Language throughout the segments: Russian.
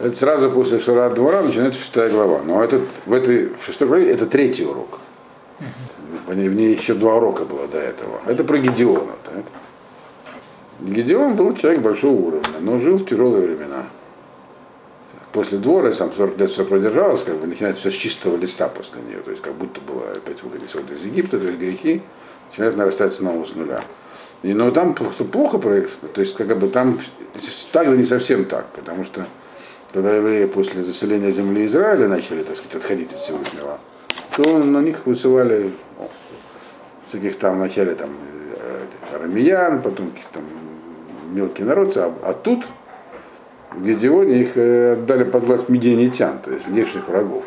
Это сразу после Шарат двора начинается 6 глава. Но в 6 главе это 3-й урок. В ней еще 2 урока было до этого. Это про Гедеона. Так? Гедеон был человек большого уровня, но жил в тяжелые времена. После двора, сам 40 лет все продержалось, как бы начинается все с чистого листа после нее. То есть как будто было опять выходить из Египта, то есть грехи начинают нарастать снова с нуля. Но там плохо происходило, то есть как бы там так, да не совсем так, потому что когда евреи после заселения земли Израиля начали, так сказать, отходить от Всевышнего, то на них высылали всяких там вначале там арамеян, потом каких-то там мелкие народцы, а тут в Гедеоне их отдали под власть медианитян, то есть внешних врагов,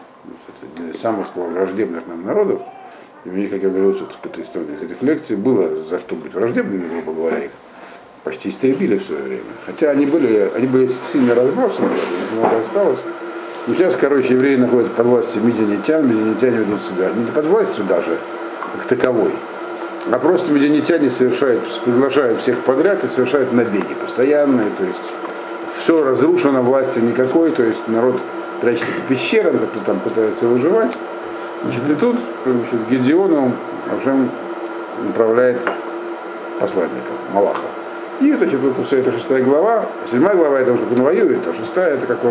самых враждебных нам народов. И мне, как я говорил, из этих лекций было за что быть враждебными, грубо говоря, их почти истребили в свое время. Хотя они были сильно разбросаны, много осталось. И сейчас, евреи находятся под властью медианитян ведут себя не под властью даже, как таковой, а просто медианитяне приглашают всех подряд и совершают набеги постоянные, то есть все разрушено, власти никакой, то есть народ прячется по пещерам, как-то там пытается выживать. Значит, и тут Гедеону Ашем направляет посланника, Малаха. И значит, вся эта 6 глава, 7 глава это уже как он воюет, а 6 это как он,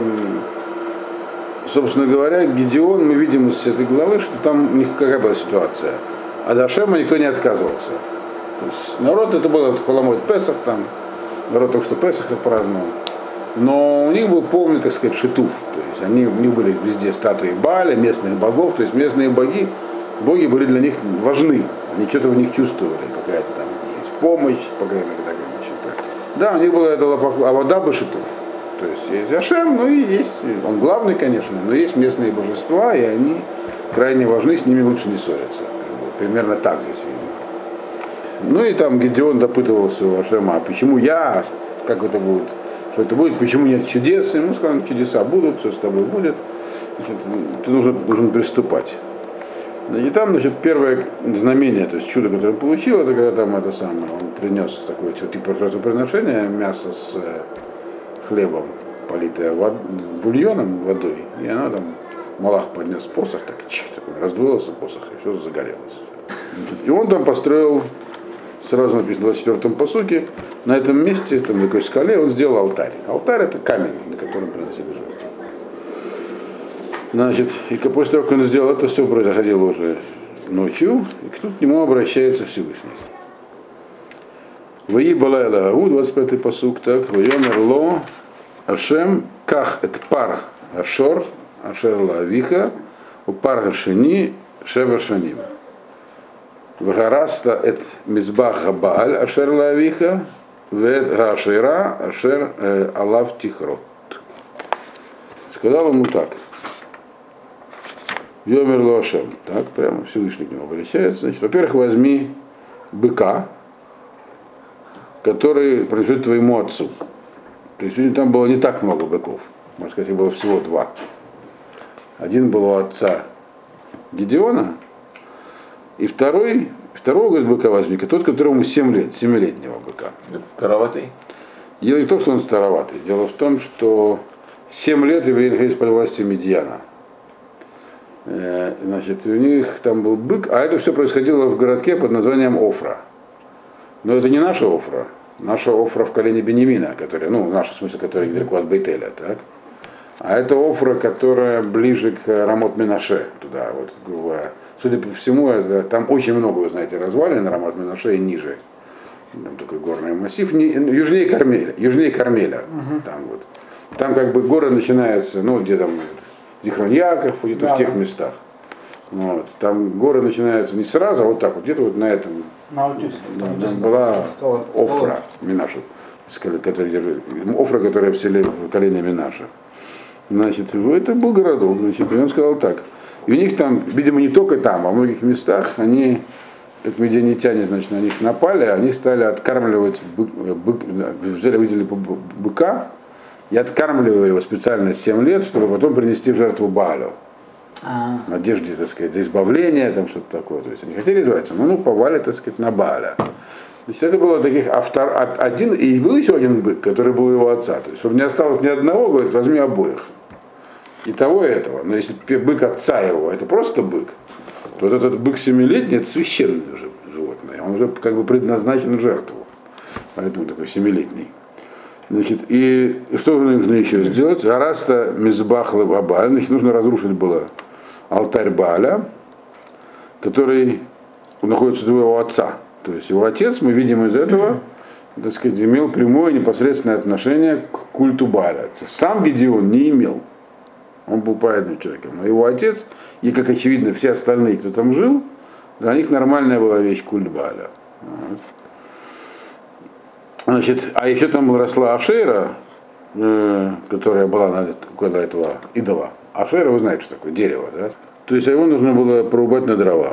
собственно говоря, Гедеон, мы видим из этой главы, что там у них какая была ситуация. От Ашема никто не отказывался. То есть народ, это было Холомойт Песах, там, народ только что Песах отпраздновал. Но у них был полный, так сказать, шитуф. То есть у них были везде статуи Бааля, местных богов, то есть местные боги были для них важны. Они что-то в них чувствовали, какая-то там есть помощь, по крайней мере, так они считали. Да, у них было это Авода Башитуф. То есть есть Ашем, ну и есть, он главный, конечно, но есть местные божества, и они крайне важны, с ними лучше не ссориться. Примерно так здесь видно. Ну и там Гедеон допытывался у Ашема, а почему я, как это будет, что это будет, почему нет чудес? Ему сказали, чудеса будут, все с тобой будет, ты должен приступать. И там, значит, первое знамение, то есть чудо, которое он получил, это когда там он принес такое типа жертвоприношения, мясо с хлебом, политое бульоном, водой, и оно там, Малах поднес посох, так раздвоился посох, и все загорелось. И он там построил, сразу написано в 24-м пасуке, на этом месте, там на такой скале, он сделал алтарь. Алтарь это камень, на котором приносили жертву. Значит, и после того, как он сделал это, все происходило уже ночью, и тут к нему обращается Всевышний. Ваи балай лагаву, 25-й пасук, так, вайомер ло, Ашем, ках эт пар ашор, ашер лавиха, у пар гашини, шева шаним. Вагараста эт мизбах габааль, ашер лавиха, вет гашира, ашер алав тихрот. Сказал ему так. Йомер ло Ашем. Так, прямо Всевышний к нему обращается. Значит, во-первых, возьми быка, который принадлежит твоему отцу. То есть там было не так много быков. Можно сказать, их было всего 2. Один был у отца Гедеона, и второго быка возьми, тот, которому 7 лет, 7-летнего быка. Это староватый? Дело не в том, что он староватый. Дело в том, что 7 лет евреи находились под властью Медиана. Значит, у них там был бык, а это все происходило в городке под названием Офра. Но это не наша Офра. Наша Офра в колене Беньямина, которая, наша, в смысле, которая недалеко от Бейтеля, так? А это Офра, которая ближе к Рамот Менаше, туда, вот, грубо говоря. Судя по всему, там очень много, вы знаете, развалин Рамот Менаше и ниже. Там такой горный массив, южнее Кармеля. Там вот. Там как бы горы начинаются, где там Зихрон-Яков, где-то в тех местах. Вот. Там горы начинаются не сразу, а вот так вот, где-то вот на этом. Там была Офра Минаша, которая в селе в колене Минаша. Значит, это был городок, значит, и он сказал так. И у них там, видимо, не только там, а в многих местах они, как медианитяне, значит, на них напали, они стали откармливать выделили быка и откармливали его специально 7 лет, чтобы потом принести в жертву Баалю. В надежде, так сказать, за избавление, там что-то такое. То есть они хотели избавиться, повали, так сказать, на Бааля. Значит, это было таких один, и был еще один бык, который был его отца. То есть, чтобы не осталось ни одного, говорит, возьми обоих. И того, и этого. Но если бык отца его, это просто бык, то вот этот бык 7-летний, это священное уже животное. Он уже как бы предназначен в жертву. Поэтому такой 7-летний. Значит, и что нужно еще сделать? Араста мизбах левабаль. Значит, нужно разрушить было алтарь Бааля, который находится у его отца. То есть его отец, мы видим из этого, так сказать, имел прямое непосредственное отношение к культу Бааля. Сам Гедеон не имел. Он был праведным человеком. Но его отец, и, как очевидно, все остальные, кто там жил, для них нормальная была вещь культ Бааля. Вот. Значит, а еще там росла Ашера, которая была около этого идола. Ашера, вы знаете, что такое, дерево, да? То есть его нужно было порубать на дрова.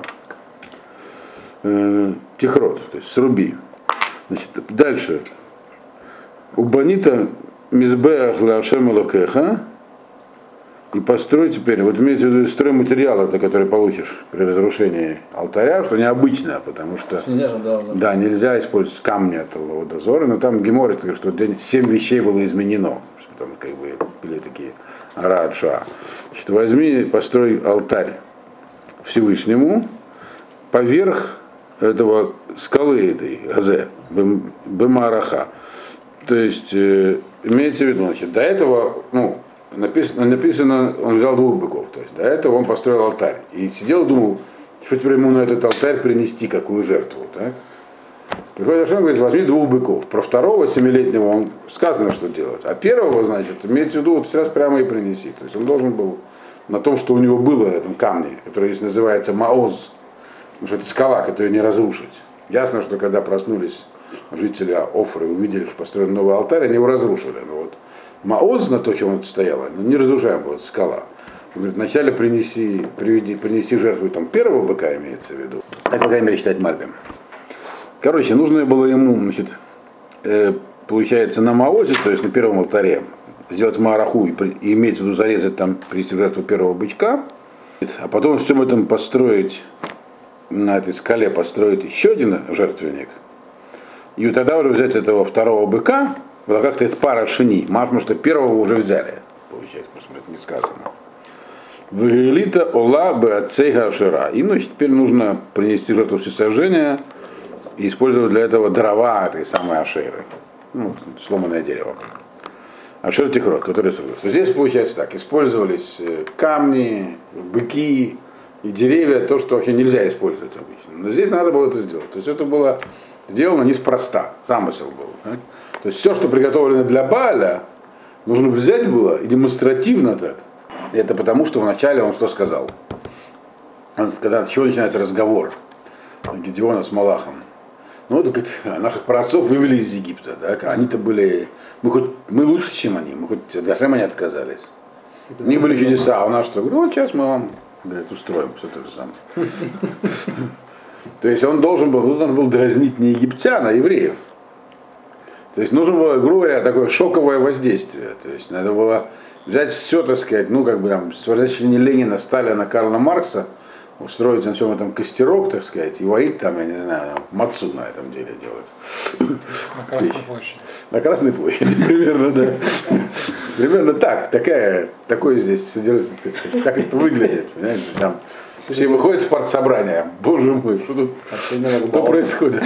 Тихрот, то есть сруби. Значит, дальше. Убанита мизбеах лашем локеха. И построй теперь, вот имеется в виду стройматериалы, который получишь при разрушении алтаря, что необычно, потому что да, нельзя использовать камни от дозора, но там Гемор говорит, что 7 вещей было изменено, что там как бы были такие арадша. Значит, возьми, построй алтарь Всевышнему поверх этого скалы этой, Газе, Бемараха. То есть, имеется в виду, значит, до этого, написано, он взял 2 быков, то есть до этого он построил алтарь. И сидел и думал, что теперь ему на этот алтарь принести, какую жертву. Так? Приходит Ашем и говорит, возьми 2 быков. Про второго 7-летнего он сказано, что делать. А первого, значит, имеется в виду, вот сейчас прямо и принеси. То есть он должен был на том, что у него было на этом камне, который здесь называется Маоз, потому что это скала, которую не разрушить. Ясно, что когда проснулись жители Офры и увидели, что построен новый алтарь, они его разрушили. Но вот Маоз, на то, чем он стоял, не разрушаем была скала. Он говорит, вначале принеси жертву там, первого быка, имеется в виду. Так, по крайней мере, считать Мальбим. Короче, нужно было ему, значит, получается, на Маозе, то есть на первом алтаре, сделать маараху и имеется в виду зарезать там, принести жертву первого бычка, а потом в всем этом построить, на этой скале построить еще один жертвенник, и вот тогда уже взять этого второго быка, была как-то это пара шини, потому что первого уже взяли, получается, потому что это не сказано. Вегелита ола беацейга ашера. И теперь нужно принести жертву всесожжения и использовать для этого дрова этой самой ашеры. Сломанное дерево. Ашер тихрот, который создается. Здесь получается так, использовались камни, быки и деревья, то, что вообще нельзя использовать обычно. Но здесь надо было это сделать. То есть это было сделано неспроста, замысел был. Да? То есть все, что приготовлено для Бааля, нужно взять было и демонстративно так. И это потому, что вначале он что сказал? Когда чего начинается разговор Гедеона с Малахом. Говорит, наших праотцов вывели из Египта, да? Они-то были, мы лучше, чем они, мы хоть от Гошема не отказались. У них были чудеса, а у нас что? Говорю, вот сейчас мы вам, говорит, устроим все то же самое. То есть он должен был дразнить не египтян, а евреев. То есть нужно было, грубо говоря, такое шоковое воздействие. То есть надо было взять все, так сказать, с возвращения Ленина, Сталина, Карла Маркса, устроить на всем этом костерок, так сказать, и варить там, я не знаю, мацу на этом деле делать. На Красной площади. На Красной площади, примерно, да. Примерно такое здесь содержится, так это выглядит, понимаете, там. Все выходят с партсобрания. Боже мой, что происходит?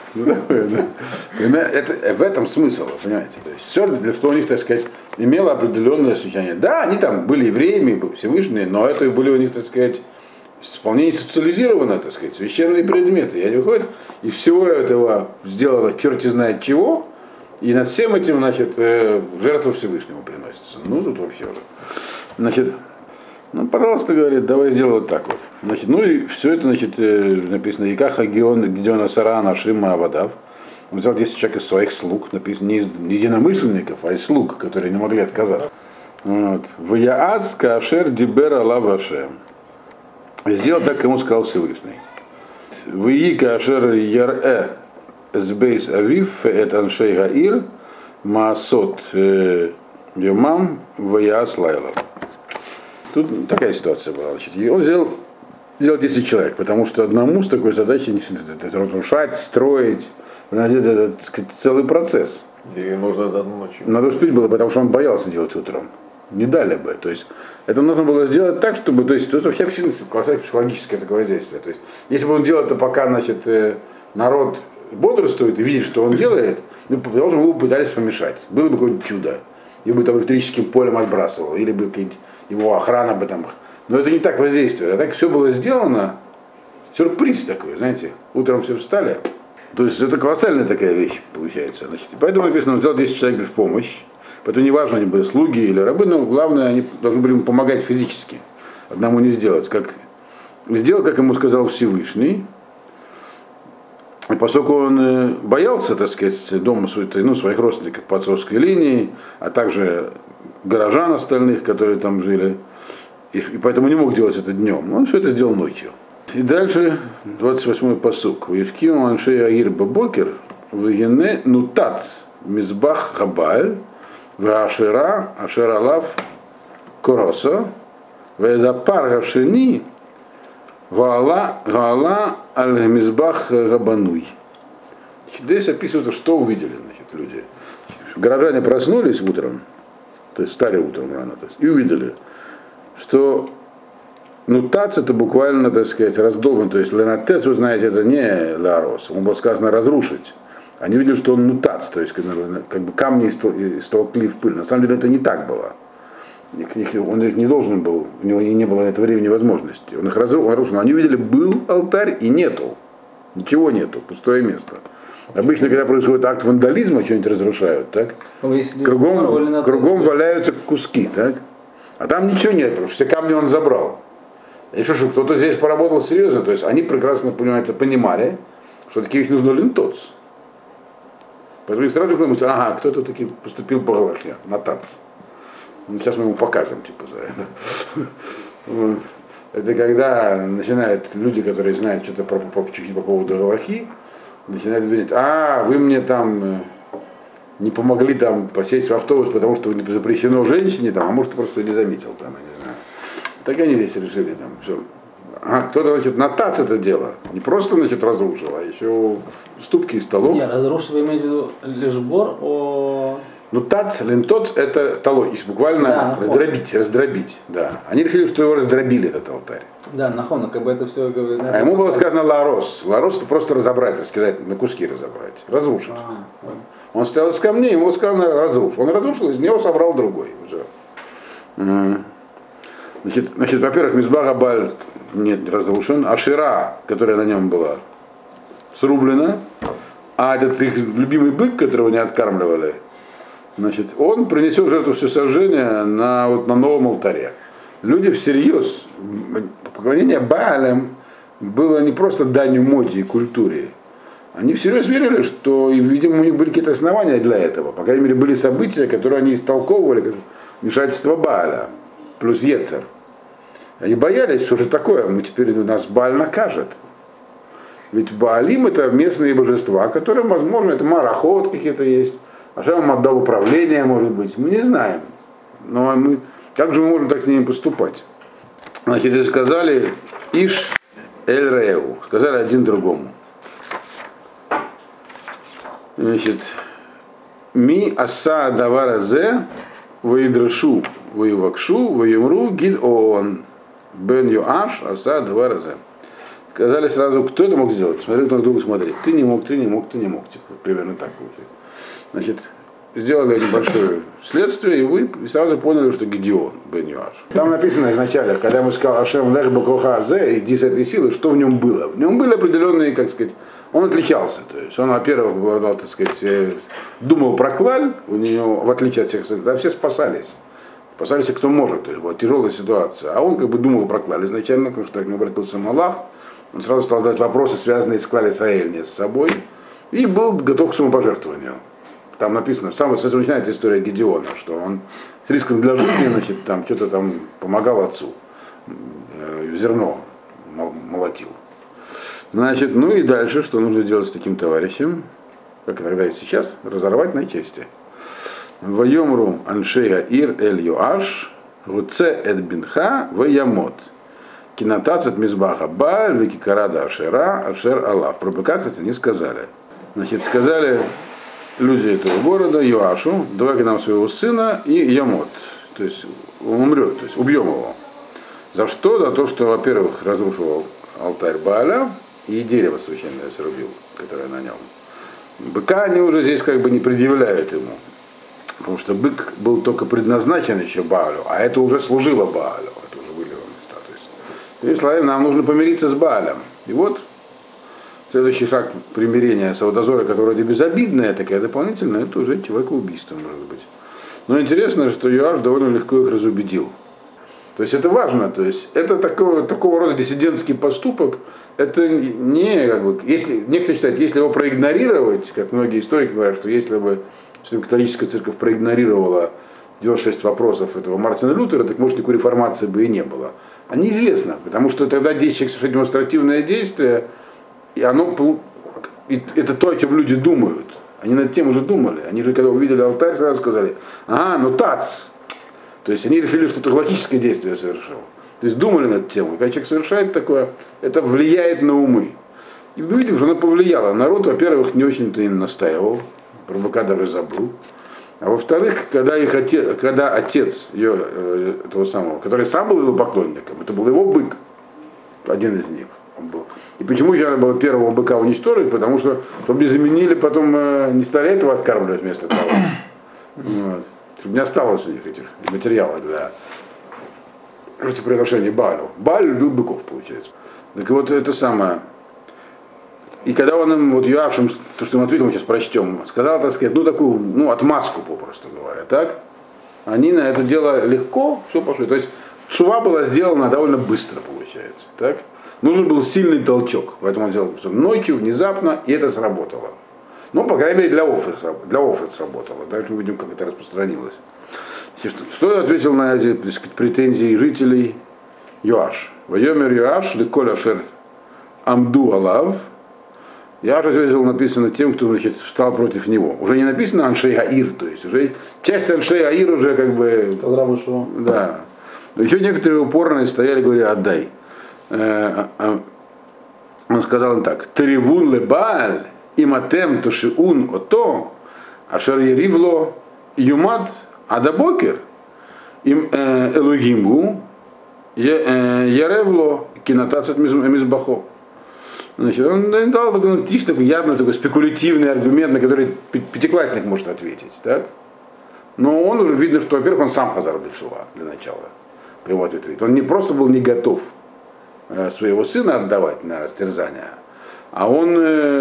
В этом смысл, понимаете. То есть все, для что у них, так сказать, имело определенное священие. Да, они там были евреями, Всевышние, но это были у них, так сказать, вполне социализировано, так сказать, священные предметы. И они выходят, и всего этого сделано черти знает чего, и над всем этим, значит, жертва Всевышнему приносится. Тут вообще уже. Значит, пожалуйста, говорит, давай сделаем вот так вот. Значит, и все это, значит, написано, Якаха Гедеона Сара Нашима Авадав. Он взял 10 человек из своих слуг, написано, не из единомышленников, а из слуг, которые не могли отказаться. В Яаз Каашер Дибера Лаваше. Сделал так, как ему сказал Всевышний. В Ии Каашер Яр Сбейс Авив Эт Аншей Гаир Маасот Йомам В Яаз Лайла. Тут такая ситуация была. Значит, и он сделал 10 человек, потому что одному с такой задачей разрушать, строить, Это, так сказать, целый процесс. И нужно за одну ночь. Надо успеть было, потому что он боялся делать утром. Не дали бы. То есть это нужно было сделать так, чтобы, то есть это вообще колоссальное психологическое такое воздействие. То есть, если бы он делал это, пока, значит, народ бодрствует и видит, что он делает, предположим, его пытались помешать. Было бы какое-нибудь чудо. Его бы там электрическим полем отбрасывало, или бы его охрана бы там. Но это не так воздействие. А так все было сделано. Сюрприз такой, знаете. Утром все встали. То есть это колоссальная такая вещь получается. Значит, поэтому написано, он взял 10 человек в помощь. Поэтому неважно, они были слуги или рабы, но главное, они должны были ему помогать физически. Одному не сделать. Сделал, как ему сказал Всевышний. И поскольку он боялся, так сказать, дома своих родственников по отцовской линии, а также горожан остальных, которые там жили, и поэтому не мог делать это днем, он все это сделал ночью. И дальше 28-й пасук. Вишкину аншей агир бабокер, вегене нутац мизбах хабаль, ваашера ашералав короса, ведапар гашени, Гаала аль-Мизбах Габануй. Здесь описывается, что увидели, значит, люди. Горожане проснулись утром, то есть встали утром рано, то есть, и увидели, что нутац это буквально, так сказать, раздолбан, то есть ленатец, вы знаете, это не ларос, ему было сказано разрушить. Они увидели, что он нутац, то есть как бы камни истолкли в пыль. На самом деле это не так было. Он их не должен был, у него не было на это времени возможности. Он их разрушил. Но они увидели, был алтарь и нету. Ничего нету, пустое место. Обычно, когда происходит акт вандализма, что-нибудь разрушают, так? Кругом валяются куски, так? А там ничего нет, потому что все камни он забрал. И что, кто-то здесь поработал серьезно, то есть они прекрасно понимали, что такие вещи нужно лентоц. Поэтому их сразу думают, ага, кто-то таки поступил по галахе, нотация. Ну, сейчас мы ему покажем, типа, за это. Это когда начинают люди, которые знают что-то по поводу галахи, начинают говорить, вы мне там не помогли там посесть в автобус, потому что запрещено женщине, там, а может, просто не заметил, там, я не знаю. Так они здесь решили, там, все. Кто-то, значит, нотация это дело. Не просто, значит, разрушил, а еще ступки и столов. Не, разрушил, вы имеете в виду лишбор, Ну, тац, лентоц, это толочь, буквально раздробить, да. Они решили, что его раздробили, этот алтарь. Да, нахон, как бы это все говорит. А ему было сказано ларос. Ларос это просто разобрать, раскидать, на куски разобрать, разрушить. Он стоял из камней, ему сказано разрушил. Он разрушил, из него собрал другой уже. Значит, во-первых, Мизбах Габаль не разрушен, а Шира, которая на нем была, срублена, а этот их любимый бык, которого не откармливали, значит, он принесет в жертву всесожжения на новом алтаре. Люди всерьез, поклонение Баалям было не просто данью моде и культуре. Они всерьез верили, что, и, видимо, у них были какие-то основания для этого. По крайней мере, были события, которые они истолковывали как вмешательство Бааля, плюс Ецер. Они боялись, что же такое, нас Бааль накажет. Ведь Баалим это местные божества, которые, возможно, это марахот какие-то есть. А что он отдал управление, может быть, мы не знаем. Но как же мы можем так с ними поступать? Значит, и сказали Иш Эль Реу, сказали один другому. Значит, Ми аса даваразе воидрашу воевакшу воемру гид оон бен Йоаш аса даваразе. Сказали сразу, кто это мог сделать? Смотри, друг другу смотреть. Ты не мог. Типа, примерно так будет. Значит, сделали небольшое следствие, и вы сразу поняли, что Гедеон бен Йоаш. Там написано изначально, когда мы сказали Ашем лех бакоха зе, иди с этой силы, что в нем было? В нем были определенные, как сказать, он отличался. То есть он, во-первых, обладал, так сказать, думал про клаль, у него, в отличие от всех, да, все спасались. Спасались, кто может, то есть была тяжелая ситуация. А он как бы думал про клаль изначально, потому что к нему обратился Малах, он сразу стал задавать вопросы, связанные с клаль Исраэль, не с собой, и был готов к самопожертвованию. Там написано, с этого начинается история Гедеона, что он с риском для жизни, значит, там что-то там помогал отцу, зерно молотил. Значит, ну и дальше, что нужно делать с таким товарищем, как иногда и сейчас, разорвать на части. Вайомру аншея ир эль Йоаш, руце эд бинха ваямот. Кинотацет мизбаха баль, викикарада ашера, ашер аллах. Про быка, кстати, не сказали. Значит, сказали люди этого города Йоашу: давай к нам своего сына и Ямот. То есть он умрет, то есть убьем его. За что? За то, что, во-первых, разрушил алтарь Бааля и дерево священное срубил, которое на нем. Быка они уже здесь как бы не предъявляют ему. Потому что бык был только предназначен еще Баалю, а это уже служило Баалю. Это уже были его места. То есть, другими словами, нам нужно помириться с Баалем. И вот следующий шаг примирения Саводозора, который вроде безобидная, такая дополнительная, это уже человекоубийство, может быть. Но интересно, что Йоаш довольно легко их разубедил. То есть это важно, то есть это такого рода диссидентский поступок, это не как бы, если некоторые считают, если его проигнорировать, как многие историки говорят, что если бы католическая церковь проигнорировала 96 вопросов этого Мартина Лютера, так может никакой реформации бы и не было. А неизвестно, потому что тогда действие демонстративное действие, и это то, о чем люди думают. Они над тем уже думали. Они же когда увидели алтарь, сразу сказали: ага, ну тац. То есть они решили, что это логическое действие совершил. То есть думали над тем. И когда человек совершает такое, это влияет на умы. И мы видим, что оно повлияло. Народ, во-первых, не очень-то и настаивал. Про быка даже забыл. А во-вторых, когда отец ее, этого самого, который сам был идолопоклонником, это был его бык, один из них. Он был. И почему же надо было первого быка уничтожить? Потому что, чтобы не заменили, потом не стали этого откармливать вместо того. Вот. Чтобы не осталось у них этих материалов для жертвоприношения Баалю. Бааль любил быков, получается. Так вот это самое. И когда он им, вот Йоашем, то, что ему ответил, мы сейчас прочтем, сказал, так сказать, такую, отмазку, попросту говоря, так? Они на это дело легко, все пошло. То есть шува была сделана довольно быстро, получается, так? Нужен был сильный толчок, поэтому он сделал ночью, внезапно, и это сработало. Ну, по крайней мере, для Офры сработало. Дальше мы увидим, как это распространилось. Что я ответил на эти, так сказать, претензии жителей Йоаш? Вайомер Йоаш, леколь ашер амду алав. Йоаш ответил, написано тем, кто, значит, встал против него. Уже не написано Аншей Аир, то есть уже часть Аншей Аир уже как бы... Да. Но еще некоторые упорные стояли, говорили: отдай. Он сказал им так: Теревун ле Бааль, иматем тошиун ото, ашер еривло юмад адабокер, им элогиму, яревло кинотацет мизбахо. Значит, он дал такой явно такой спекулятивный аргумент, на который пятиклассник может ответить. Так? Но он уже видно, что, во-первых, он сам Хазар Бешува для начала. По его ответу. Он не просто был не готов своего сына отдавать на растерзание, а он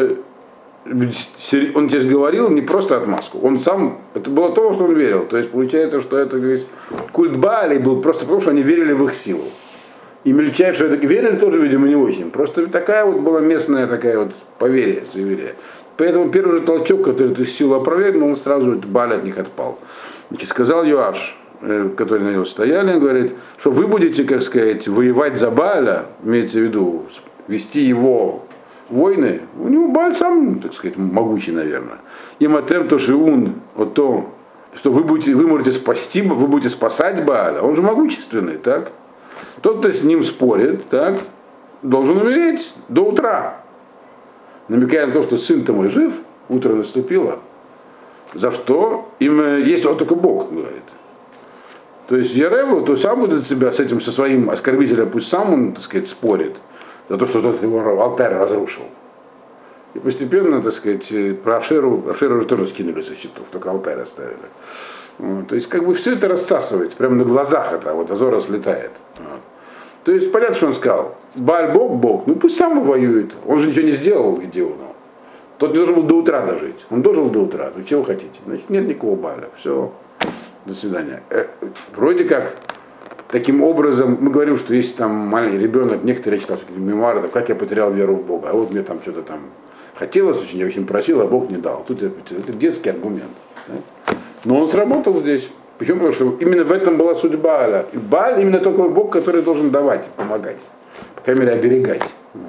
здесь говорил не просто отмазку. Он сам, это было то, что он верил. То есть получается, что это, говорит, культ Баалей был просто потому, что они верили в их силу. И мельчайшие верили тоже, видимо, не очень. Просто такая вот была местная такая вот поверье, суеверие. Поэтому первый же толчок, который эту силу опровергнул, он сразу Бааль от них отпал. Значит, сказал Йоаш, который на него стояли, он говорит, что вы будете, как сказать, воевать за Бааля, имеется в виду, вести его войны. У него Бааль сам, так сказать, могучий, наверное. Им атем то шиун, о том, что вы можете спасти, вы будете спасать Бааля. Он же могущественный, так? Тот, кто с ним спорит, так, должен умереть до утра. Намекая на то, что сын-то мой жив, утро наступило. За что? Им есть вот только Бог, говорит. То есть Яреву, то сам будет себя с этим, со своим оскорбителем, пусть сам он, так сказать, спорит за то, что тот его алтарь разрушил. И постепенно, так сказать, про Ашеру уже тоже скинули со счетов, только алтарь оставили. Вот. То есть как бы все это рассасывается, прямо на глазах это, вот Азор слетает. Вот. То есть понятно, что он сказал: Бааль Бог, ну пусть сам воюет. Он же ничего не сделал Гедеону. Тот не должен был до утра дожить. Он должен был до утра. Вы чего хотите? Значит, нет никакого Бааля. Все. До свидания. Вроде как, таким образом, мы говорим, что если там маленький ребенок, некоторые читают мемуары, там, как я потерял веру в Бога, а вот мне там что-то там хотелось очень, я очень просил, а Бог не дал. Тут это детский аргумент. Да? Но он сработал здесь. Почему? Потому что именно в этом была суть Бааля. И Бааль именно такой Бог, который должен давать, помогать. По крайней мере, оберегать.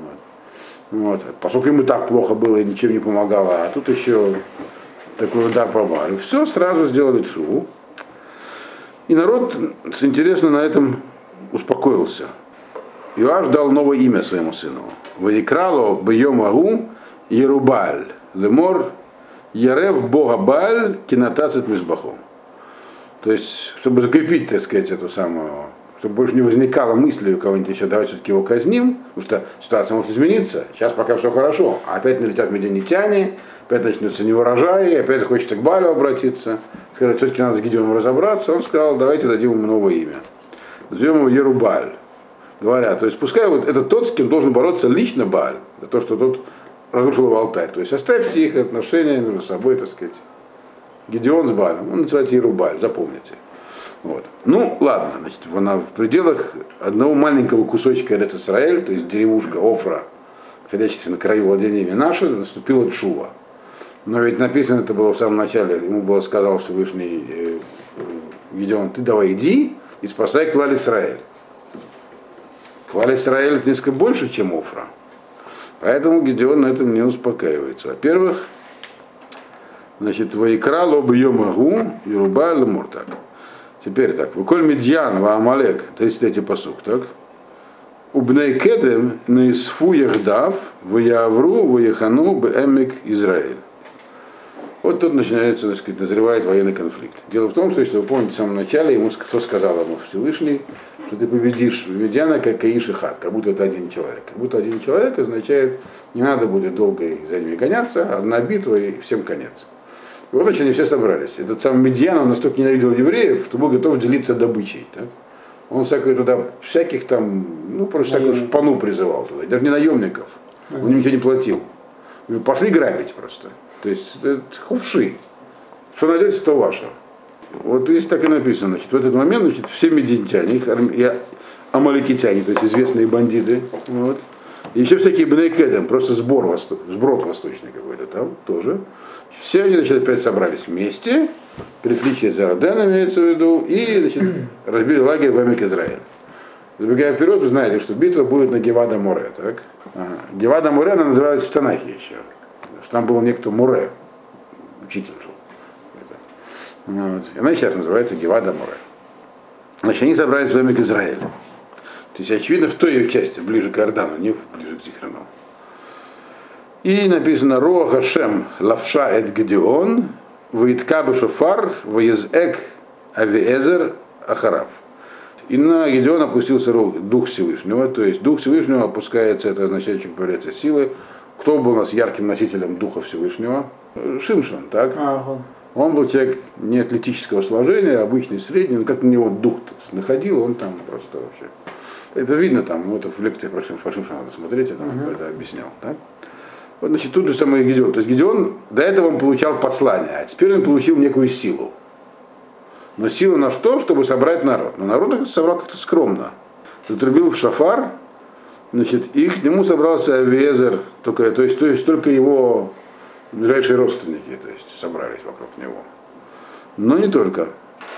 Вот. Поскольку ему так плохо было и ничем не помогало, а тут еще такой удар по Баалю. Все сразу сделали тшуву. И народ, интересно, на этом успокоился. Йоаш дал новое имя своему сыну. Ваикрало бьем агу Ерубаль, лемор, Ярев Бога Баль, кинотацит мизбахом. То есть, чтобы закрепить, так сказать, эту самую, чтобы больше не возникало мысли у кого-нибудь еще, давайте все-таки его казним, потому что ситуация может измениться. Сейчас пока все хорошо, а опять налетят медианитяне, опять начнется неурожай, опять захочется к Балю обратиться. Сказать, все-таки надо с Гидеоном разобраться. Он сказал, давайте дадим ему новое имя. Назовем его Ерубаль. Говоря, то есть пускай вот это тот, с кем должен бороться лично Баль, за то, что тот разрушил его алтарь. То есть оставьте их отношения между собой, так сказать. Гидеон с Балем, он называется Ерубаль, запомните. Вот. Ну, ладно, значит, она в пределах одного маленького кусочка Эрец-Исраэль, то есть деревушка Офра, находящаяся на краю владения Менаше, наступила Тшува. Но ведь написано это было в самом начале, ему было сказал Всевышний Гидеон, ты давай иди и спасай Клаль Исраэль. Клаль Исраэль это несколько больше, чем Офра. Поэтому Гидеон на этом не успокаивается. Во-первых, значит, Ваикра лоб йомагу, Ерубаль муртак. Теперь так. Выколь Медьян, Ваамалек, 33-й пасук, так? Убней кедем наисфу яхдав, ваявру, ваяхану, бэмик Израиль. Вот тут начинается, так сказать, назревает военный конфликт. Дело в том, что, если вы помните, в самом начале ему кто сказал ему Всевышний, что ты победишь Медьяна как Каиш и Хат, как будто это один человек. Как будто один человек означает, не надо будет долго за ними гоняться, одна битва и всем конец. И вот значит, они все собрались. Этот самый Медьян, он настолько ненавидел евреев, что был готов делиться добычей. Так? Он всяких там, ну, просто всякую шпану призывал туда, даже не наемников. Он им ничего не платил. Пошли грабить просто. То есть это хувши. Что найдете, то ваше. Вот здесь так и написано. Значит, в этот момент, значит, все медиантяне, и амаликитяне, то есть известные бандиты, вот. И еще всякие бнейкедем, просто сброд восточный какой-то там тоже. Все они, значит, опять собрались вместе, перешли через Иордан, имеется в виду, и, значит, разбили лагерь в Эмик Израиль. Забегая вперед, вы знаете, что битва будет на Гевада-Море, так? Гевада-Море, она называется в Танахе еще. Что там был некто Муре, учитель жил. Вот. Она сейчас называется Гевада-Море. Значит, они собрались в Эмик Израиль. То есть, очевидно, в той ее части, ближе к Иордану, не ближе к Зихрону. И написано Роа Хашем лавша эт Гедеон, ваитка бешофар, ваезэк авиэзер ахарав. И на Гедеона опустился Дух Всевышнего, то есть Дух Всевышнего опускается, это означает, что появляется силы. Кто был у нас ярким носителем Духа Всевышнего? Шимшон, так? Он был человек не атлетического сложения, обычный, средний, но как на него дух находил, он там просто вообще. Это видно там, ну, это в лекции про Шимшона надо смотреть, я там это объяснял, так? Вот, значит, тут же самый Гедеон. То есть Гедеон до этого он получал послание, а теперь он получил некую силу. Но сила на что? Чтобы собрать народ. Но народ собрал как-то скромно. Затрубил в шафар, значит, и к нему собрался Авиезер, то есть только его ближайшие родственники, то есть собрались вокруг него. Но не только.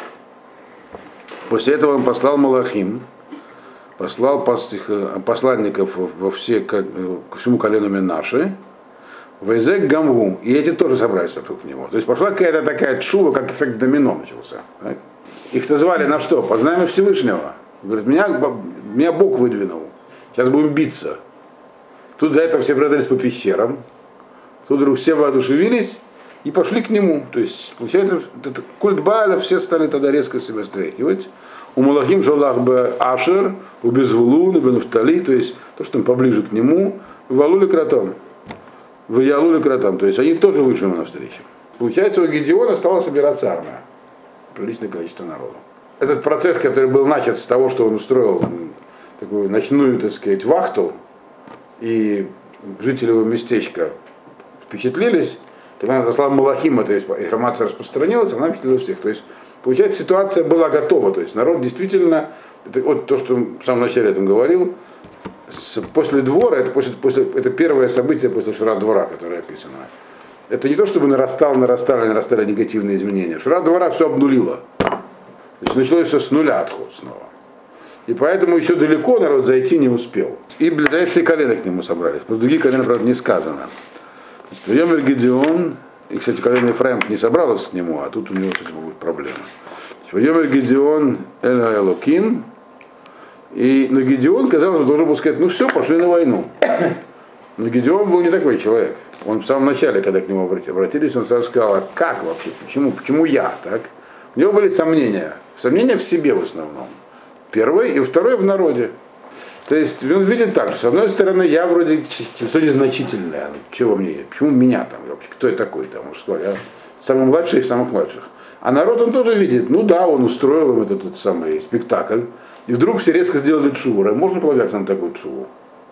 После этого он послал Малахим, послал посланников ко всему колену Менаше, Вайзек Гамгу, и эти тоже собрались вокруг него. То есть пошла какая-то такая тшува, как эффект домино начался. Так? Их-то звали на что? По знамя Всевышнего. Говорит, меня Бог выдвинул. Сейчас будем биться. Тут до этого все прятались по пещерам. Тут вдруг все воодушевились и пошли к нему. То есть, получается, этот культ Бааля все стали тогда резко себя стряхивать. У Малахим Шалах бе Ашер, у Безвулун, у Бенуфтали, то есть то, что там поближе к нему, Валули Кратон. В Ялуле Кратам, то есть они тоже вышли ему навстречу. Получается, у Гедеона стала собираться армия, приличное количество народу. Этот процесс, который был начат с того, что он устроил такую ночную, так сказать, вахту, и жители его местечка впечатлились, когда он послал Малахима, то есть информация распространилась, она впечатлила всех. То есть, получается, ситуация была готова, то есть народ действительно, это вот то, что в самом начале я там говорил, после двора, это первое событие после Шура двора, которое описано. Это не то, чтобы нарастали негативные изменения. Шура двора все обнулило. Значит, началось все с нуля отход снова. И поэтому еще далеко народ зайти не успел. И ближайшие колена к нему собрались. Про другие колена, правда, не сказано. Йомер Гедеон, и, кстати, колено Ефраим не собралось к нему, а тут у него, кстати, будет проблема. Йомер Гедеон Эль Элокин. И на Гедеон, казалось бы, должен был сказать, ну все, пошли на войну. Но Гедеон был не такой человек. Он в самом начале, когда к нему обратились, он сразу сказал, а как вообще, почему я, так? У него были сомнения. Сомнения в себе в основном. Первый и второй в народе. То есть он видит так, что с одной стороны я вроде все незначительное, чего мне, почему меня там, вообще, кто я такой там, мужской, я самый младший из самых младших. А народ он тоже видит, ну да, он устроил им этот самый спектакль, и вдруг все резко сделали тшуву. Можно полагаться на такую тшуву?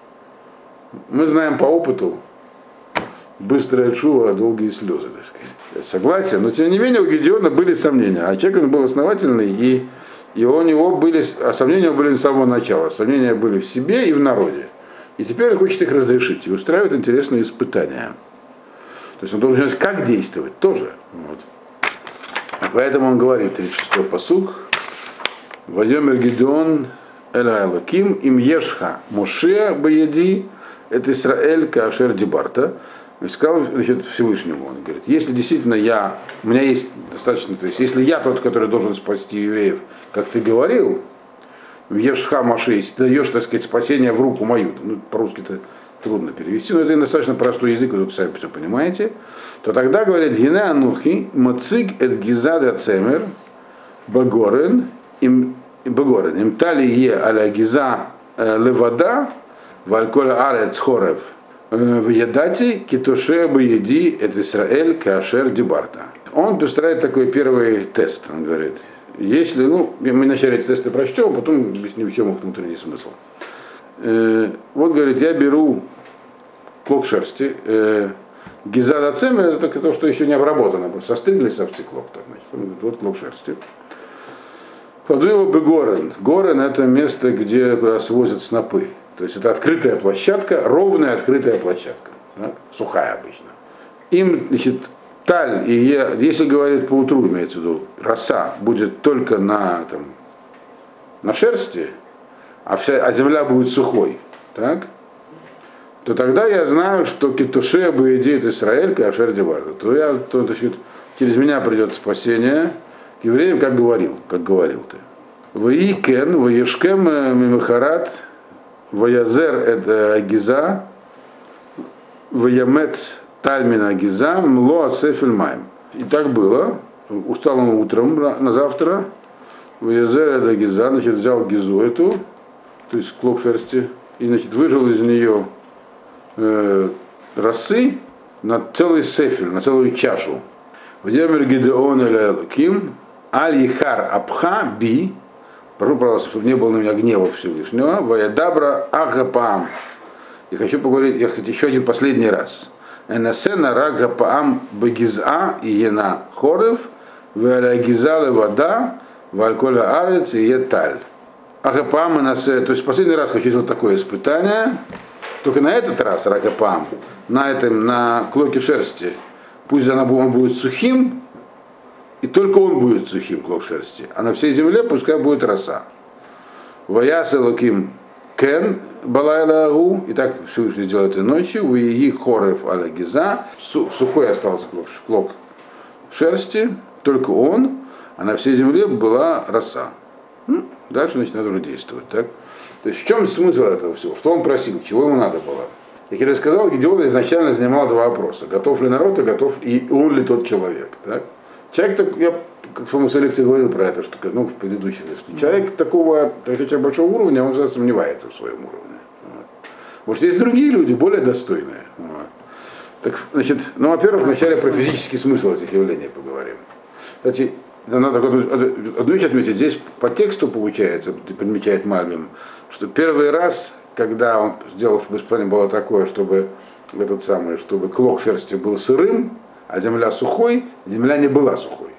Мы знаем по опыту, быстрая тшува, долгие слезы, так сказать. Согласен, но тем не менее у Гедеона были сомнения, а человек он был основательный, и у него были, сомнения были с самого начала. Сомнения были в себе и в народе. И теперь он хочет их разрешить и устраивает интересные испытания. То есть он должен знать, как действовать тоже. Вот. И поэтому он говорит, 36-й пасук, Вайомер Гедеон эль Элоким им ешха Моше баеди, это Исраэль каашер дибарта. И сказал, значит, Всевышнему, он говорит, если действительно у меня есть достаточно, то есть если я тот, который должен спасти евреев, как ты говорил, в Ешха Маше, если ты даешь, так сказать, спасение в руку мою, ну, по-русски это трудно перевести, но это достаточно простой язык, вы тут сами все понимаете, то тогда говорит, Гине анухи, мациг эт гизада цемер, багорен, им тали е аля гиза левада, вальколя арец хорев, в Ядати китоше баеди это Исраэль каашер дибарта. Он построит такой первый тест, он говорит. Если, мы вначале эти тесты прочтем, потом объясним, в чем их внутренний смысл. Вот, говорит, я беру клок шерсти. Гизада цемер это только то, что еще не обработано. Состригли совцы клок. Так, значит, вот клок шерсти. Кладу его бы горен. Горен это место, где свозят снопы. То есть это открытая площадка, ровная открытая площадка, да? Сухая обычно. Им, значит, таль, если говорит по утру, имеется в виду, роса будет только на шерсти, а земля будет сухой, так? То тогда я знаю, что китуше баедит Исраэль каашер дибарта. То значит, через меня придет спасение к евреям, как говорил ты. Ваикен, ваешкем мимахарат, Ваязер это Агиза, Ваямец Тальмина Агиза, Мло Асефель Майм. И так было. Устал он утром на завтра. Ваязер это Агиза, значит, взял гизу эту, то есть клок шерсти, и, значит, выжил из нее росы на целый сефель, на целую чашу. Ваямер Гедеон эль Элоким, аль Ихар Абха Би. Прошу, пожалуйста, чтобы не было на меня гнева Всевышнего. Ваядабра Агапаам. И хочу поговорить, еще один последний раз. Энасена Рагапаам Багиза и Ена Хорев, Валягизалы вода, Вальколя Арец и Еталь. Агапаам Энасе, то есть последний раз хочу сделать такое испытание. Только на этот раз Рагапаам, на клоке шерсти, пусть он будет сухим, и только он будет сухим, клок шерсти. А на всей земле пускай будет роса. Ваяс Элоким кен балайлагу. И так Всевышний делает и ночью. Ваии хорев аля гиза. Сухой остался клок шерсти, только он, а на всей земле была роса. Дальше начинает уже действовать. Так? То есть в чем смысл этого всего? Что он просил? Чего ему надо было? Как я сказал, Гедеон изначально занимал два вопроса. Готов ли народ, и он ли тот человек. Так? Человек, я в своем лекции говорил про это, что, в предыдущей лекции. Человек такого большого уровня, он уже сомневается в своем уровне. Вот. Может, есть другие люди, более достойные. Вот. Так, значит, во-первых, вначале про физический смысл этих явлений поговорим. Кстати, надо одну вещь отметить. Здесь по тексту получается, подмечает Мальбим, что первый раз, когда он сделал, чтобы исполнение было такое, чтобы клок шерсти был сырым, а земля сухой, земля не была сухой.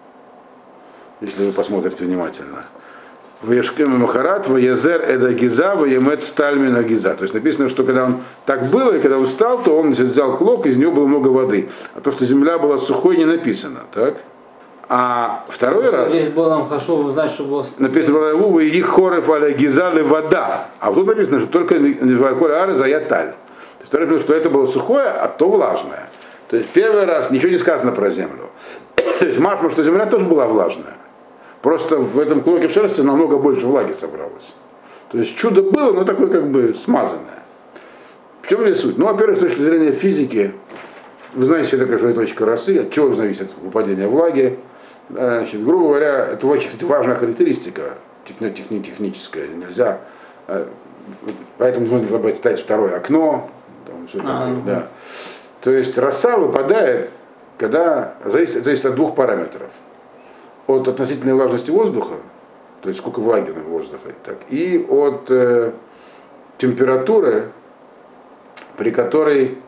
Если вы посмотрите внимательно. Ваешкем Махарат, Ваязер Эда Гиза, Ваемет Стальмина Гиза. То есть написано, что когда он так было, и когда он встал, то он взял клок, из него было много воды. А то, что земля была сухой, не написано. Так? А второй раз. Здесь было нам хорошо узнать, что было. Написано, что и хорев аля Гиза вода. А вот тут написано, что только Вальколя Ары заяталь. Второй раз, что это было сухое, а то влажное. То есть первый раз ничего не сказано про землю. То есть машма, что земля тоже была влажная. Просто в этом клоке шерсти намного больше влаги собралось. То есть чудо было, но такое смазанное. В чем здесь суть? Ну, во-первых, с точки зрения физики, вы знаете, что такое точка росы, от чего зависит выпадение влаги. Значит, грубо говоря, это очень, кстати, важная характеристика техническая. Нельзя. Поэтому нужно ставить второе окно. Там, все такое, да. То есть роса выпадает, когда зависит от двух параметров. От относительной влажности воздуха, то есть сколько влаги на воздухе, так, и от температуры, при которой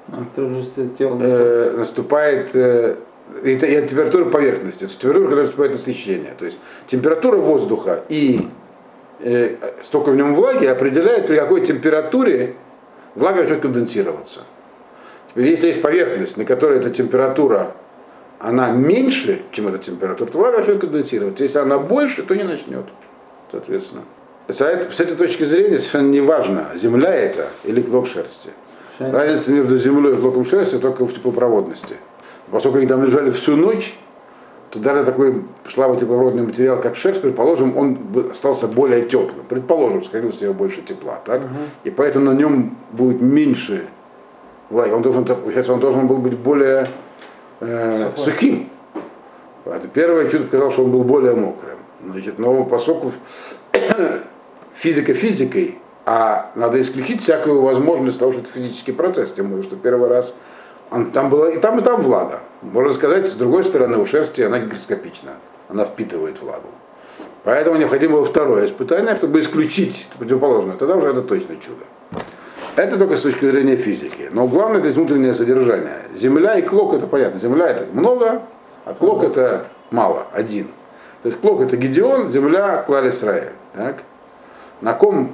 наступает и от температуры поверхности, от температуры, которая наступает насыщение. То есть температура воздуха и столько в нем влаги определяет, при какой температуре влага начнет конденсироваться. Теперь, если есть поверхность, на которой эта температура она меньше, чем эта температура, то влага начнет конденсироваться. Если она больше, то не начнет, соответственно. С этой точки зрения совершенно не важно, земля это или клок шерсти. Разница между землей и клоком шерсти только в теплопроводности. Поскольку они там лежали всю ночь, то даже такой слабый теплопроводный материал, как шерсть, предположим, он бы остался более теплым. Предположим, скорее всего, больше тепла. Так? И поэтому на нем будет меньше влаги. Он должен был быть более сухим. Первое чудо показало, что он был более мокрым. Значит, но поскольку физика физикой, а надо исключить всякую возможность того, что это физический процесс, тем более, что первый раз там была и там влага. Можно сказать, с другой стороны, у шерсти она гигроскопична, она впитывает влагу. Поэтому необходимо было второе испытание, чтобы исключить противоположное. Тогда уже это точно чудо. Это только с точки зрения физики. Но главное это внутреннее содержание. Земля и клок это понятно. Земля это много, а клок это мало, один. То есть клок это Гедеон, земля Клаль Исраэль. Так? На ком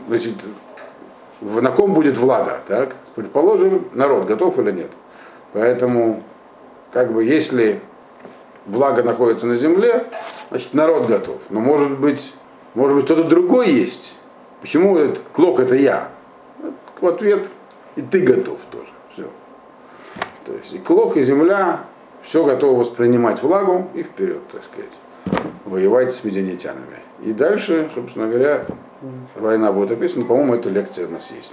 будет влага? Так? Предположим, народ готов или нет. Поэтому, как бы, если влага находится на земле, значит народ готов. Но может быть кто-то другой есть. Почему этот клок это я? В ответ и ты готов тоже. Все. То есть и клок, и земля, все готово воспринимать влагу и вперед, так сказать, воевать с медианитянами. И дальше, собственно говоря, война будет описана. По-моему, эта лекция у нас есть.